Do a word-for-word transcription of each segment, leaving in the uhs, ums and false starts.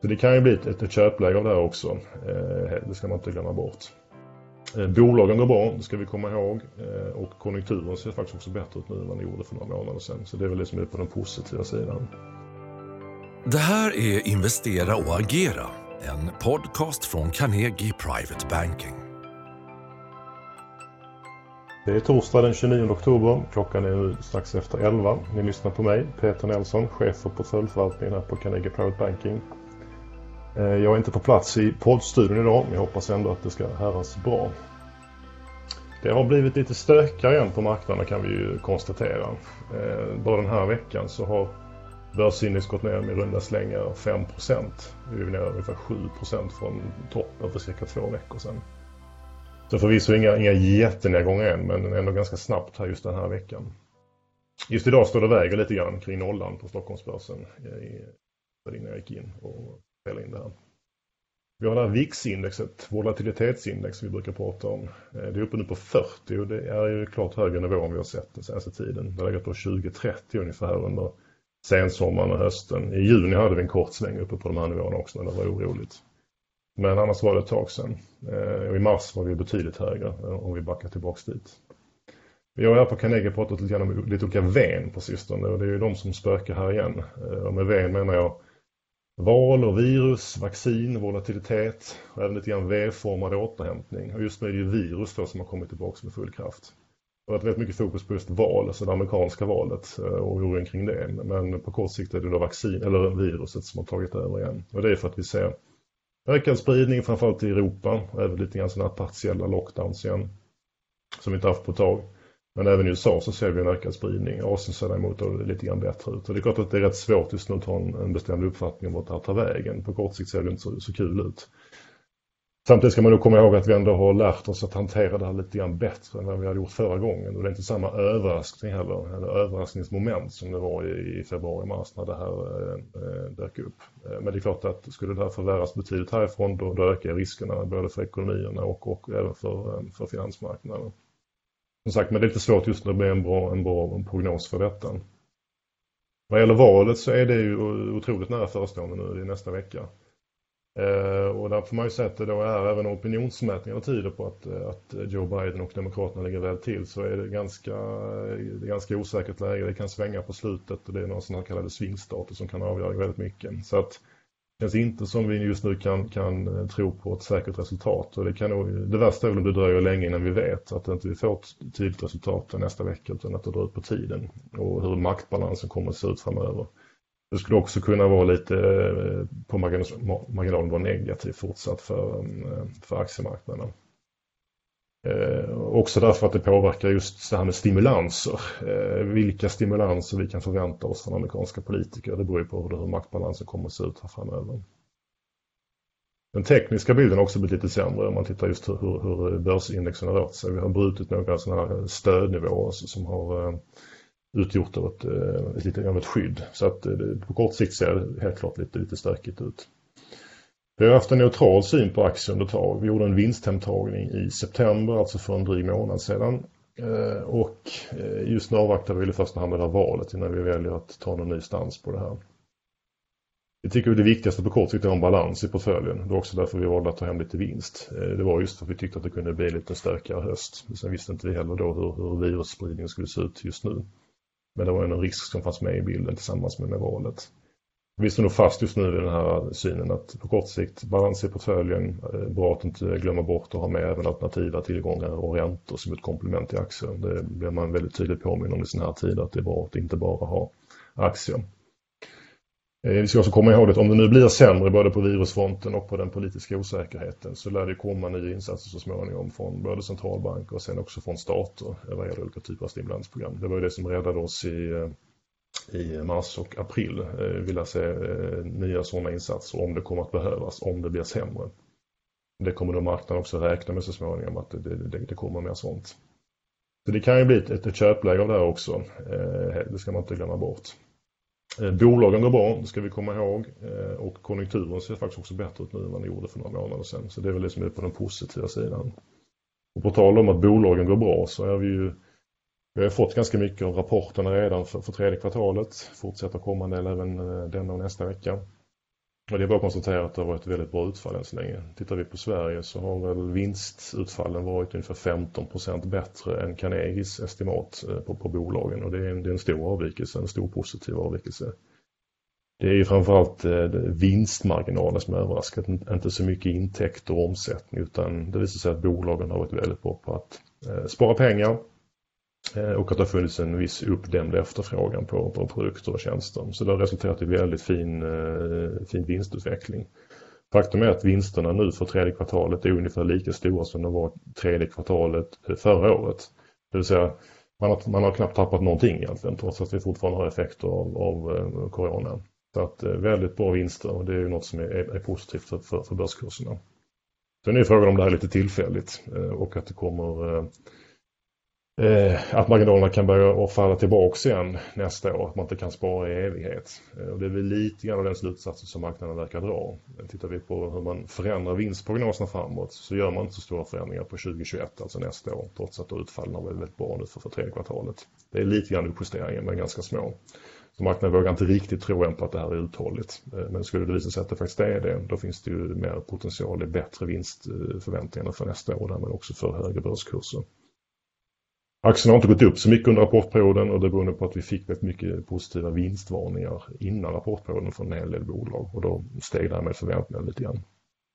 Så det kan ju bli ett, ett köpläge av det här också. Det ska man inte glömma bort. Bolagen går bra, det ska vi komma ihåg. Och konjunkturen ser faktiskt också bättre ut nu än vad den gjorde för några månader sedan. Så det är väl det som är på den positiva sidan. Det här är Investera och agera, en podcast från Carnegie Private Banking. Det är torsdag den tjugonionde oktober, klockan är nu strax efter elva. Ni lyssnar på mig, Peter Nelson, chef för portföljförvaltningen här på Carnegie Private Banking. Jag är inte på plats i poddstudion idag, men jag hoppas ändå att det ska höras bra. Det har blivit lite stökare igen på marknaden, kan vi ju konstatera. Bara den här veckan så har börsindex gått ner med runda slängar fem procent. Vi är ner ungefär sju procent från toppen för cirka två veckor sedan. Så förvisso inga, inga jättenedgångar än, men ändå ganska snabbt här just den här veckan. Just idag står det väger lite grann kring nollan på Stockholmsbörsen innan jag gick in och spelade in det här. Vi har det här V I X-indexet, volatilitetsindex vi brukar prata om. Det är uppe nu på fyrtio och det är ju klart högre nivå än vi har sett den senaste tiden. Det har legat på tjugo trettio ungefär under sensommaren och hösten. I juni hade vi en kort sväng uppe på de här nivåerna också när det var oroligt. Men annars var det ett tag sedan. Och i mars var vi betydligt högre om vi backar tillbaka dit. Vi har här på Carnegie pratat lite grann om lite olika V på sistone och det är ju de som spökar här igen. Och med V menar jag val och virus, vaccin, volatilitet och även lite grann V-formad återhämtning. Och just nu är det ju virus då som har kommit tillbaka med full kraft. Det har varit väldigt mycket fokus på just val, alltså det amerikanska valet och oron kring det. Men på kort sikt är det då vaccin eller viruset som har tagit över igen. Och det är för att vi ser ökad spridning framförallt i Europa och även lite grann sådana här partiella lockdowns igen som vi inte haft på ett tag. Men även i U S A så ser vi en ökad spridning. Asien ser däremot då lite grann bättre ut. Och det är klart att det är rätt svårt just nu att ta en, en bestämd uppfattning om vart det här tar vägen. På kort sikt ser det inte så, så kul ut. Samtidigt ska man då komma ihåg att vi ändå har lärt oss att hantera det här lite grann bättre än vad vi hade gjort förra gången. Och det är inte samma överraskning heller, eller överraskningsmoment som det var i, i februari-mars när det här eh, dök upp. Men det är klart att skulle det här förvärras betydligt härifrån då, då ökar riskerna både för ekonomierna och, och även för, för finansmarknaden. Som sagt, men det är lite svårt just nu att bli en bra, en bra prognos för detta. Vad gäller valet så är det ju otroligt nära förestående nu i nästa vecka. Eh, och där får man ju säga att det då är även opinionsmätningar tyder på att, att Joe Biden och Demokraterna ligger väl till, så är det ganska, det är ganska osäkert läge. Det kan svänga på slutet och det är någon sån här kallade svingstater som kan avgöra väldigt mycket. Så att det känns inte som vi just nu kan, kan tro på ett säkert resultat. Och det, kan nog, det värsta är väl att det dröjer länge innan vi vet att inte vi får ett tydligt resultat nästa vecka utan att det drar ut på tiden. Och hur maktbalansen kommer att se ut framöver. Det skulle också kunna vara lite på marginalen vara negativt fortsatt för, för aktiemarknaden. Eh, också därför att det påverkar just det här med stimulanser. Eh, vilka stimulanser vi kan förvänta oss från amerikanska politiker. Det beror ju på hur maktbalansen kommer att se ut här framöver. Den tekniska bilden har också blivit lite sämre om man tittar just hur, hur börsindexen har rört sig. Vi har brutit några sådana här stödnivåer som har eh, utgjort av ett, ett lite av ett skydd. Så att eh, på kort sikt ser det helt klart lite, lite stökigt ut. Vi har haft en neutral syn på aktier under tag. Vi gjorde en vinsthemtagning i september, alltså för en dryg månad sedan. Och just nu avvaktar vi i första hand det här valet innan vi väljer att ta någon ny stans på det här. Vi tycker att det viktigaste på kort sikt är en balans i portföljen. Det är också därför vi valde att ta hem lite vinst. Det var just för att vi tyckte att det kunde bli lite stökigare höst. Sen visste inte vi heller då hur, hur virusspridningen skulle se ut just nu. Men det var en risk som fanns med i bilden tillsammans med, med valet. Vi står nog fast just nu i den här synen att på kort sikt balans i portföljen, bra att inte glömma bort att ha med även alternativa tillgångar och räntor som ett komplement till aktier. Det blir man väldigt tydligt påminn om i såna här tider att det är bra att inte bara ha aktier. Vi ska också komma ihåg att om det nu blir sämre både på virusfronten och på den politiska osäkerheten så lär det komma nya insatser så småningom från både centralbanker och sen också från stater vad gäller olika typer av stimulansprogram. Det var ju det som räddade oss i i mars och april. Eh, vill jag se eh, nya sådana insatser om det kommer att behövas, om det blir sämre. Det kommer då marknaden också räkna med så småningom att det, det, det kommer mer sånt. Så det kan ju bli ett, ett köpläge av det här också. Eh, det ska man inte glömma bort. Eh, bolagen går bra, det ska vi komma ihåg. Eh, och konjunkturen ser faktiskt också bättre ut nu än vad den gjorde för några månader sedan. Så det är väl det som är på den positiva sidan. Och på tal om att bolagen går bra så är vi ju Vi har fått ganska mycket av rapporterna redan för, för tredje kvartalet. Fortsätter komma en del även denna och nästa vecka. Och det är bara att konstatera att det har varit ett väldigt bra utfall än så länge. Tittar vi på Sverige så har väl vinstutfallen varit ungefär femton procent bättre än Carnegies estimat på, på bolagen. Och det är, en, det är en stor avvikelse, en stor positiv avvikelse. Det är ju framförallt eh, vinstmarginalen som är överraskat. Inte så mycket intäkter och omsättning, utan det visar sig att bolagen har varit väldigt bra på att eh, spara pengar. Och att det har funnits en viss uppdämd efterfrågan på, på produkter och tjänster. Så det har resulterat i väldigt fin, fin vinstutveckling. Faktum är att vinsterna nu för tredje kvartalet är ungefär lika stora som de var tredje kvartalet förra året. Det vill säga man har, man har knappt tappat någonting egentligen, trots att vi fortfarande har effekter av, av corona. Så att väldigt bra vinster, och det är ju något som är, är positivt för, för, för börskurserna. Sen är frågan om det här är lite tillfälligt och att det kommer... Eh, att marginalerna kan börja falla tillbaka igen nästa år, att man inte kan spara i evighet. Eh, och det är väl lite grann av den slutsatsen som marknaden verkar dra. Tittar vi på hur man förändrar vinstprognoserna framåt, så gör man inte så stora förändringar på tjugohundratjugoett, alltså nästa år, trots att utfallen har väldigt bra nu för, för tredje kvartalet. Det är lite grann uppjusteringar, men ganska små. Så marknaden vågar inte riktigt tro än på att det här är uthålligt. Eh, men skulle det visa sig att det faktiskt är det, då finns det ju mer potential i bättre vinstförväntningar för nästa år, men också för högre börskurser. Aktierna har inte gått upp så mycket under rapportperioden, och det beror på att vi fick väldigt mycket positiva vinstvarningar innan rapportperioden från en hel del bolag, och då steg det här med förväntningarna lite grann.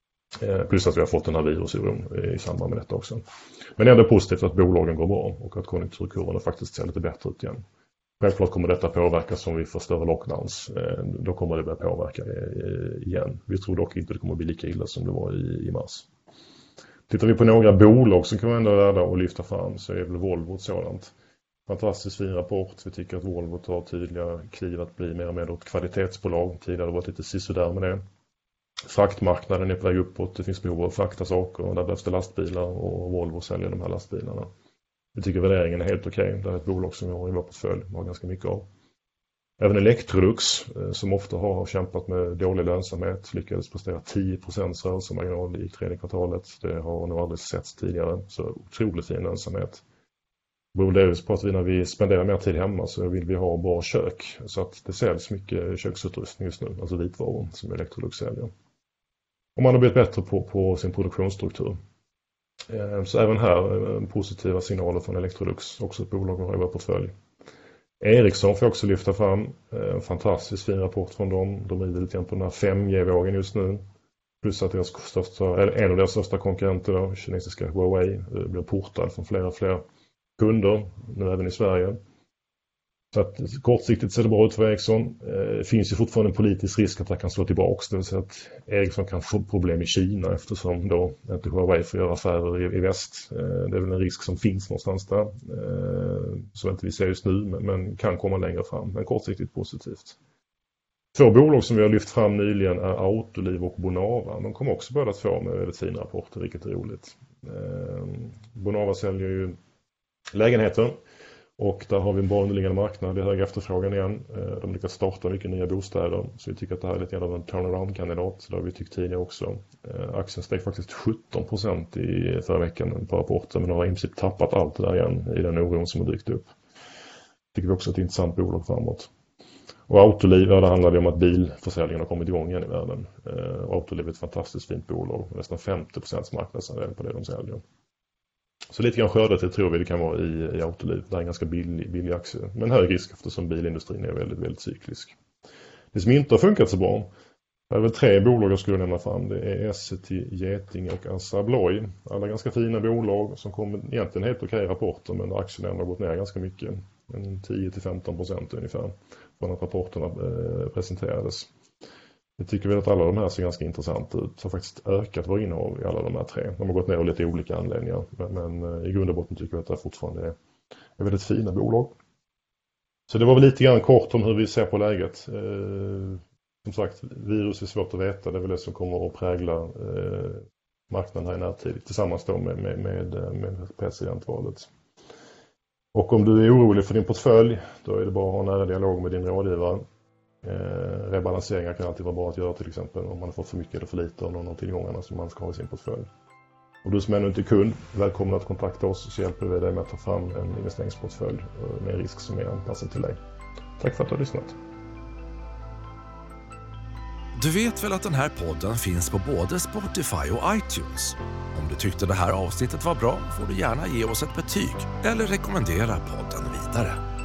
Plus att vi har fått den här virusoron i samband med detta också. Men ändå positivt att bolagen går bra och att konjunkturkurvorna faktiskt ser lite bättre ut igen. Självklart kommer detta påverkas om vi får större lockdowns. Då kommer det börja påverka igen. Vi tror dock inte det kommer bli lika illa som det var i, i mars. Tittar vi på några bolag som kan vara ändå värda att lyfta fram, så är väl Volvo ett sådant. Fantastiskt fin rapport. Vi tycker att Volvo tar tydliga kliv att bli mer och mer ett kvalitetsbolag. Tidigare har det varit lite sisådär med det. Fraktmarknaden är på väg uppåt. Det finns behov av att frakta saker, och där behövs det lastbilar, och Volvo säljer de här lastbilarna. Vi tycker värderingen är helt okej. Okay. Det är ett bolag som vi har i vår portfölj, vi har ganska mycket av. Även Electrolux, som ofta har kämpat med dålig lönsamhet, lyckades prestera tio procent rörelsemarginal i tredje kvartalet. Det har nog aldrig setts tidigare, så otroligt fin lönsamhet. Det beror delvis på att vi när vi spenderar mer tid hemma så vill vi ha bra kök, så att det säljs mycket köksutrustning just nu, alltså vitvaror som Electrolux säljer. Och man har blivit bättre på, på sin produktionsstruktur. Så även här positiva signaler från Electrolux, också ett bolag har i vår portfölj. Ericsson får också lyfta fram en fantastiskt fin rapport från dem. De är lite grann på den här fem G-vågen just nu. Plus att deras största, eller en av deras största konkurrenter, då, kinesiska Huawei, blir portad från flera fler kunder, nu även i Sverige. Så att kortsiktigt ser det bra ut för Ericsson. Det finns ju fortfarande en politisk risk att det kan slå tillbaka. Det vill säga att Ericsson kan få problem i Kina, eftersom då inte Huawei får göra affärer i, i väst. Det är väl en risk som finns någonstans där. Som inte vi ser just nu, men kan komma längre fram. Men kortsiktigt positivt. Två bolag som vi har lyft fram nyligen är Autoliv och Bonava. De kommer också båda två med väldigt fina rapporter, vilket är roligt. Bonava säljer ju lägenheter. Och där har vi en bra underliggande marknad, det är hög efterfrågan igen. De lyckas starta mycket nya bostäder, så vi tycker att det här är lite grann av en turnaround-kandidat. Det har vi tyckt tidigare också. Aktien steg faktiskt sjutton procent i förra veckan på rapporten, men de har i princip tappat allt det där igen i den oron som har dykt upp. Tycker vi också är ett intressant bolag framåt. Och Autoliv, ja, det handlar om att bilförsäljningen har kommit igång igen i världen. Autoliv är ett fantastiskt fint bolag, nästan femtio procent marknadsandel på det de säljer. Så lite grann skördat det tror vi det kan vara i, i Autoliv. Det är en ganska billig, billig aktie. Men hög risk eftersom bilindustrin är väldigt, väldigt cyklisk. Det som inte har funkat så bra, det är väl tre bolag jag skulle nämna fram. Det är S C T, Getinge och Assa Abloy. Alla ganska fina bolag som kommer egentligen helt okej rapporter, men aktien ändå har gått ner ganska mycket. En tio till femton procent ungefär från att rapporterna eh, presenterades. Jag tycker väl att alla de här ser ganska intressant ut. Har faktiskt ökat vår innehav i alla de här tre. De har gått ner av lite olika anledningar. Men, men i grund och botten tycker jag att det fortfarande är, är väldigt fina bolag. Så det var väl lite grann kort om hur vi ser på läget. Eh, som sagt, virus är svårt att veta. Det är väl det som kommer att prägla eh, marknaden här i närtid. Tillsammans då med, med, med, med presidentvalet. Och om du är orolig för din portfölj, då är det bara att ha en nära dialog med din rådgivare. Eh, rebalanseringar kan alltid vara bra att göra, till exempel om man har fått för mycket eller för lite av någon av tillgångarna som man ska ha i sin portfölj. Och du som ännu inte är kund, välkommen att kontakta oss, så hjälper vi dig med att ta fram en investeringsportfölj med en risk som är anpassad till dig. Tack för att du har lyssnat. Du vet väl att den här podden finns på både Spotify och iTunes? Om du tyckte det här avsnittet var bra får du gärna ge oss ett betyg eller rekommendera podden vidare.